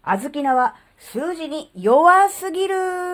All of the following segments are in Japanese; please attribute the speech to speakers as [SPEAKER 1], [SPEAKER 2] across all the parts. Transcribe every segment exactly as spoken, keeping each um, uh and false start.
[SPEAKER 1] あずきなは数字に弱すぎる。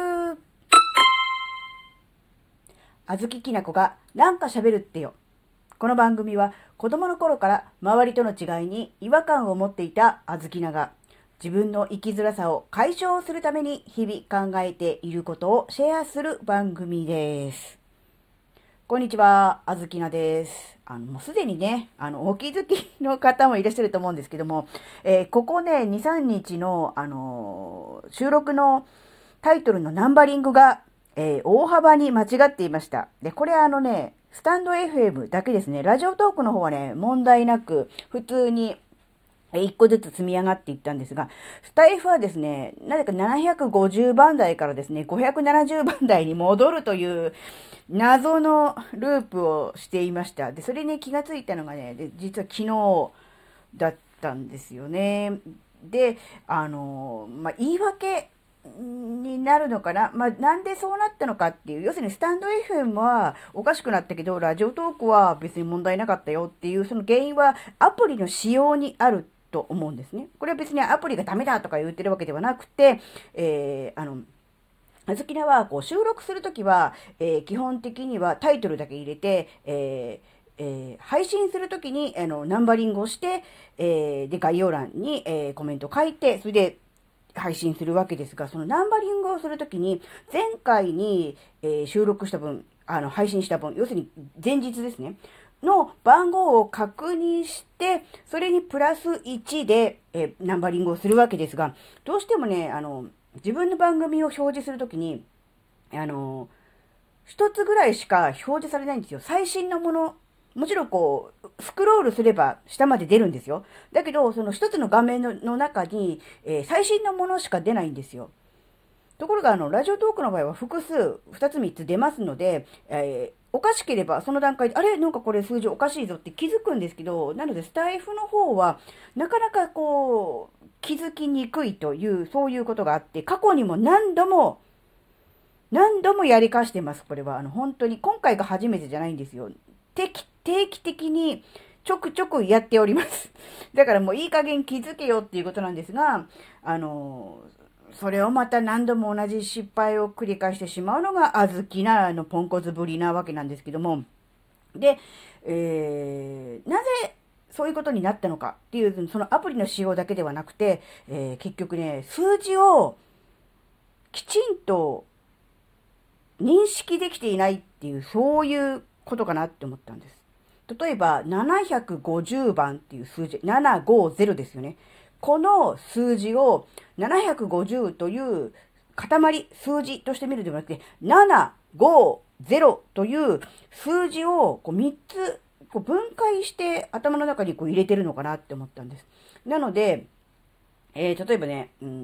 [SPEAKER 1] あずききなこがなんか喋るってよ。この番組は子供の頃から周りとの違いに違和感を持っていたあずきなが自分の生きづらさを解消するために日々考えていることをシェアする番組です。こんにちは、あずきなです。あの、もうすでにね、あの、お気づきの方もいらっしゃると思うんですけども、えーここね、に、さんにちの、あのー収録のタイトルのナンバリングが、えー大幅に間違っていました。で、これあのね、スタンド エフエム だけですね、ラジオトークの方はね、問題なく、普通に、いっこずつ積み上がっていったんですが、スタイフはですね、なぜかななひゃくごじゅうばん台からですね、ごひゃくななじゅうばん台に戻るという謎のループをしていました。で、それに気がついたのがね、で実は昨日だったんですよね。で、あの、まあ、言い訳になるのかな、まあ、なんでそうなったのかっていう、要するにスタンド エフエム はおかしくなったけど、ラジオトークは別に問題なかったよっていう、その原因はアプリの仕様にあると思うんですね。これは別にアプリがダメだとか言ってるわけではなくて、えー、あの、あずきなはこう収録するときは、えー基本的にはタイトルだけ入れて、えーえー配信するときにあのナンバリングをして、えーで概要欄に、えーコメントを書いて、それで配信するわけですが、そのナンバリングをするときに、前回に、えー収録した分、あの配信した分、要するに前日ですね、の番号を確認して、それにプラスいちで、えーナンバリングをするわけですが、どうしてもね、あの、自分の番組を表示するときに、あの、一つぐらいしか表示されないんですよ。最新のもの。もちろんこう、スクロールすれば下まで出るんですよ。だけど、その一つの画面のの中に、えー最新のものしか出ないんですよ。ところが、あの、ラジオトークの場合は複数、二つ三つ出ますので、えーおかしければその段階で、あれなんかこれ数字おかしいぞって気づくんですけど、なのでスタイフの方は、なかなかこう、気づきにくいという、そういうことがあって、過去にも何度も、何度もやり返してます、これは。あの、本当に、今回が初めてじゃないんですよ。定期、定期的に、ちょくちょくやっております。だからもういい加減気づけよっていうことなんですが、あの、それをまた何度も同じ失敗を繰り返してしまうのが、あずきな、あの、ポンコツぶりなわけなんですけども。で、えー、なぜ、そういうことになったのかっていう、そのアプリの仕様だけではなくて、えー結局ね、数字をきちんと認識できていないっていう、そういうことかなって思ったんです。例えば、ななひゃくごじゅうばんっていう数字、ななひゃくごじゅうですよね。この数字をななひゃくごじゅうという塊、数字として見るではなくて、ななひゃくごじゅうという数字をこうみっつこう分解して頭の中にこう入れてるのかなって思ったんです。なので、えー例えばね、うん、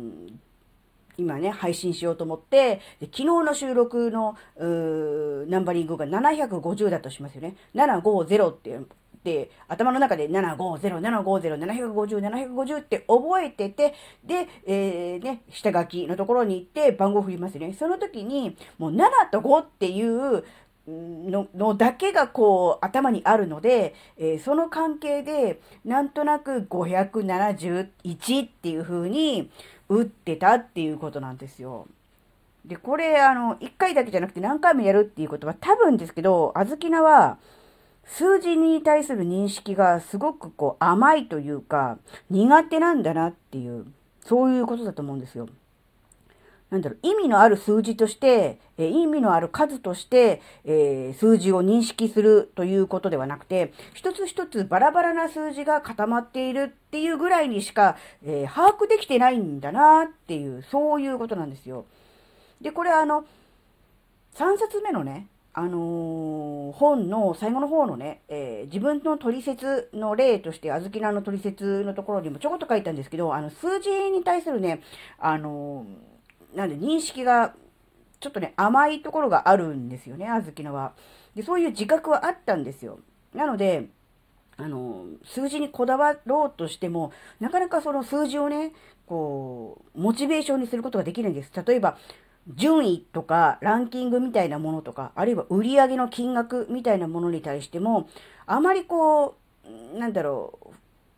[SPEAKER 1] 今ね、配信しようと思って、で昨日の収録の、うーナンバリングがななひゃくごじゅうだとしますよね。ななひゃくごじゅうって、で、頭の中でななひゃくごじゅう、ななひゃくごじゅう、ななひゃくごじゅう、ななひゃくごじゅうって覚えてて、で、えー、ね、下書きのところに行って番号を振りますよね。その時に、もうななとごっていうののだけがこう頭にあるので、えーその関係でなんとなくごひゃくななじゅういちっていう風に打ってたっていうことなんですよ。で、これあの、いっかいだけじゃなくて何回もやるっていうことは多分ですけど、あずきなは数字に対する認識がすごくこう甘いというか苦手なんだなっていう、そういうことだと思うんですよ。なんだろう、意味のある数字として、えー意味のある数として、えー数字を認識するということではなくて、一つ一つバラバラな数字が固まっているっていうぐらいにしか、えー把握できてないんだなっていう、そういうことなんですよ。で、これあの、さんさつめのね、あのー本の最後の方のね、えー自分の取説の例として、あずきなの取説のところにもちょこっと書いたんですけど、あの、数字に対するね、あのーなんで認識がちょっとね、甘いところがあるんですよね、あずきのは。で、そういう自覚はあったんですよ。なので、あの、数字にこだわろうとしても、なかなかその数字をね、こう、モチベーションにすることができないんです。例えば、順位とかランキングみたいなものとか、あるいは売上の金額みたいなものに対しても、あまりこう、なんだろう、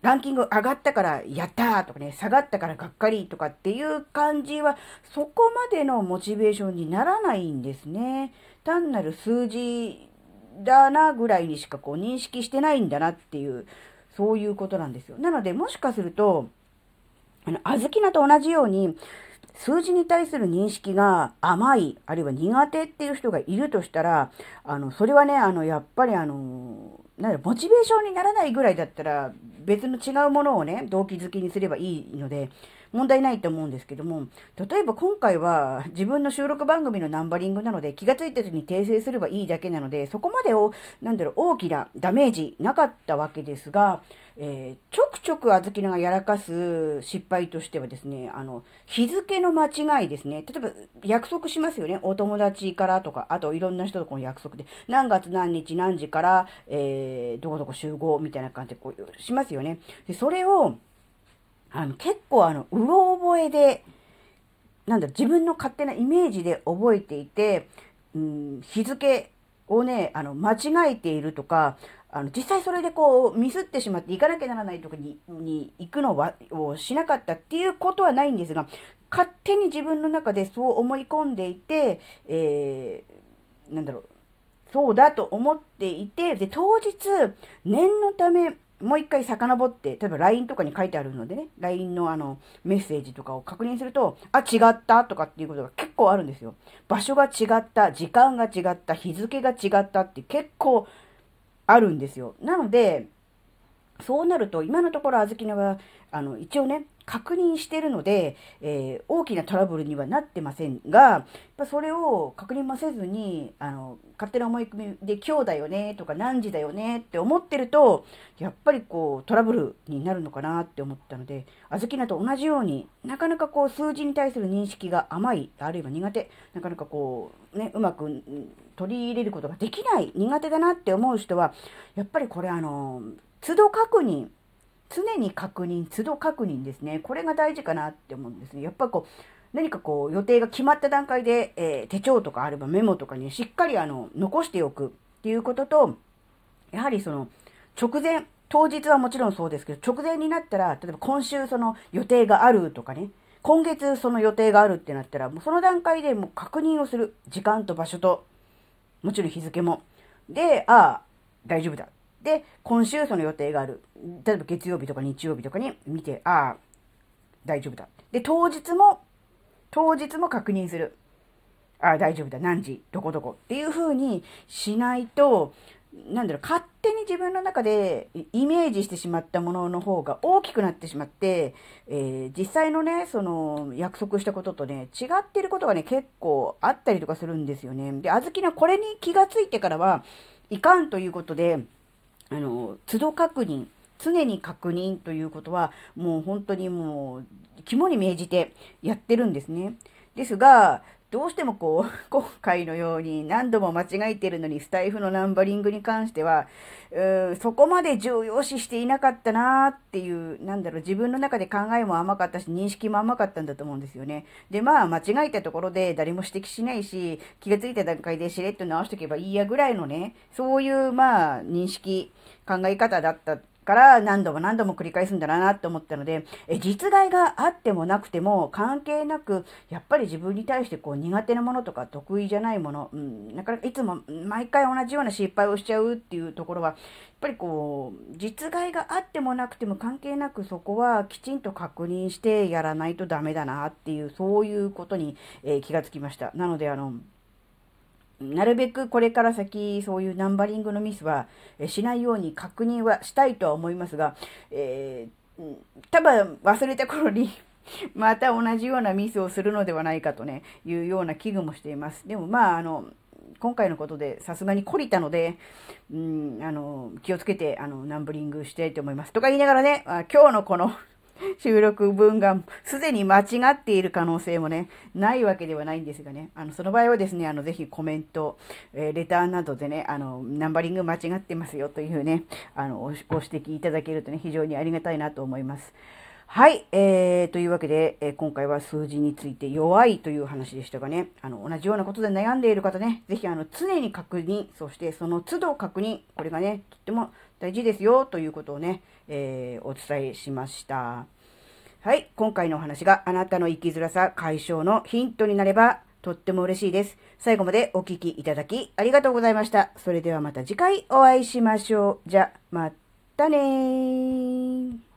[SPEAKER 1] ランキング上がったからやったーとかね、下がったからがっかりとかっていう感じは、そこまでのモチベーションにならないんですね。単なる数字だなぐらいにしかこう認識してないんだなっていう、そういうことなんですよ。なので、もしかすると、あの、あずきなと同じように、数字に対する認識が甘い、あるいは苦手っていう人がいるとしたら、あの、それはね、あの、やっぱりあの、なんだろモチベーションにならないぐらいだったら、別の違うものをね、動機づけにすればいいので、問題ないと思うんですけども、例えば今回は自分の収録番組のナンバリングなので、気がついた時に訂正すればいいだけなので、そこまでを、なんだろう、大きなダメージなかったわけですが、えー、ちょくちょくあずきながやらかす失敗としてはですね、あの、日付の間違いですね。例えば、約束しますよね。お友達からとか、あといろんな人とこの約束で、何月何日何時から、えー、どこどこ集合みたいな感じでこう、しますよね。で、それを、あの、結構あの、うろ覚えで、なんだ、自分の勝手なイメージで覚えていて、うん、日付をね、あの、間違えているとか、あの、実際それでこう、ミスってしまって行かなきゃならないとこに、に行くのは、をしなかったっていうことはないんですが、勝手に自分の中でそう思い込んでいて、えー、なんだろう、そうだと思っていて、で、当日、念のため、もう一回遡って、例えば ライン とかに書いてあるのでね、ライン のあの、メッセージとかを確認すると、あ、違ったとかっていうことが結構あるんですよ。場所が違った、時間が違った、日付が違ったって結構あるんですよ。なので、そうなると、今のところ、あずきなは、あの、一応ね、確認してるので、えー、大きなトラブルにはなってませんが、やっぱそれを確認もせずに、あの、勝手な思い込みで今日だよねとか何時だよねって思ってると、やっぱりこう、トラブルになるのかなって思ったので、あずきなと同じようになかなかこう、数字に対する認識が甘い、あるいは苦手、なかなかこう、ね、うまく取り入れることができない、苦手だなって思う人は、やっぱりこれあの、都度確認、常に確認、都度確認ですね。これが大事かなって思うんですね。やっぱこう、何かこう予定が決まった段階で、えー、手帳とかあればメモとかにしっかりあの、残しておくっていうことと、やはりその、直前、当日はもちろんそうですけど、直前になったら、例えば今週その予定があるとかね、今月その予定があるってなったら、もうその段階でもう確認をする。時間と場所と、もちろん日付も。で、ああ、大丈夫だ。で、今週その予定がある。例えば月曜日とか日曜日とかに見て、ああ、大丈夫だ。で、当日も、当日も確認する。ああ、大丈夫だ。何時、どこどこっていう風にしないと、なんだろう、勝手に自分の中でイメージしてしまったものの方が大きくなってしまって、えー、実際のね、その約束したこととね、違ってることがね、結構あったりとかするんですよね。で、あずきなこれに気がついてからは、いかんということで、あの、都度確認、常に確認ということは、もう本当にもう、肝に銘じてやってるんですね。ですが、どうしてもこう、今回のように何度も間違えているのに、スタイフのナンバリングに関しては、うーそこまで重要視していなかったなーっていう、なんだろう、自分の中で考えも甘かったし、認識も甘かったんだと思うんですよね。で、まあ、間違えたところで誰も指摘しないし、気がついた段階でしれっと直しておけばいいやぐらいのね、そういう、まあ、認識、考え方だったから何度も何度も繰り返すんだなって思ったので、え実害があってもなくても関係なく、やっぱり自分に対してこう苦手なものとか得意じゃないもの、うん、なかなかいつも毎回同じような失敗をしちゃうっていうところは、やっぱりこう、実害があってもなくても関係なくそこはきちんと確認してやらないとダメだなっていう、そういうことに、えー気がつきました。なのであの、なるべくこれから先、そういうナンバリングのミスはえしないように確認はしたいとは思いますが、えー、多分忘れた頃にまた同じようなミスをするのではないかとね、いうような危惧もしています。でもまあ、あの、今回のことでさすがに懲りたので、うん、あの、気をつけて、あの、ナンバリングしたいと思います。とか言いながらね、あ今日のこの収録分がすでに間違っている可能性もね、ないわけではないんですがね、あの、その場合はですね、あの、ぜひコメント、えーレターなどでね、あの、ナンバリング間違ってますよというね、あの、ご指摘いただけるとね、非常にありがたいなと思います。はい、えー、というわけで、えー今回は数字について弱いという話でしたがね、あの、同じようなことで悩んでいる方ね、ぜひあの、常に確認、そしてその都度確認、これがね、とっても大事ですよということをね、 えーお伝えしました。はい。今回のお話があなたの生きづらさ解消のヒントになればとっても嬉しいです。最後までお聞きいただきありがとうございました。それではまた次回お会いしましょう。じゃ、またねー。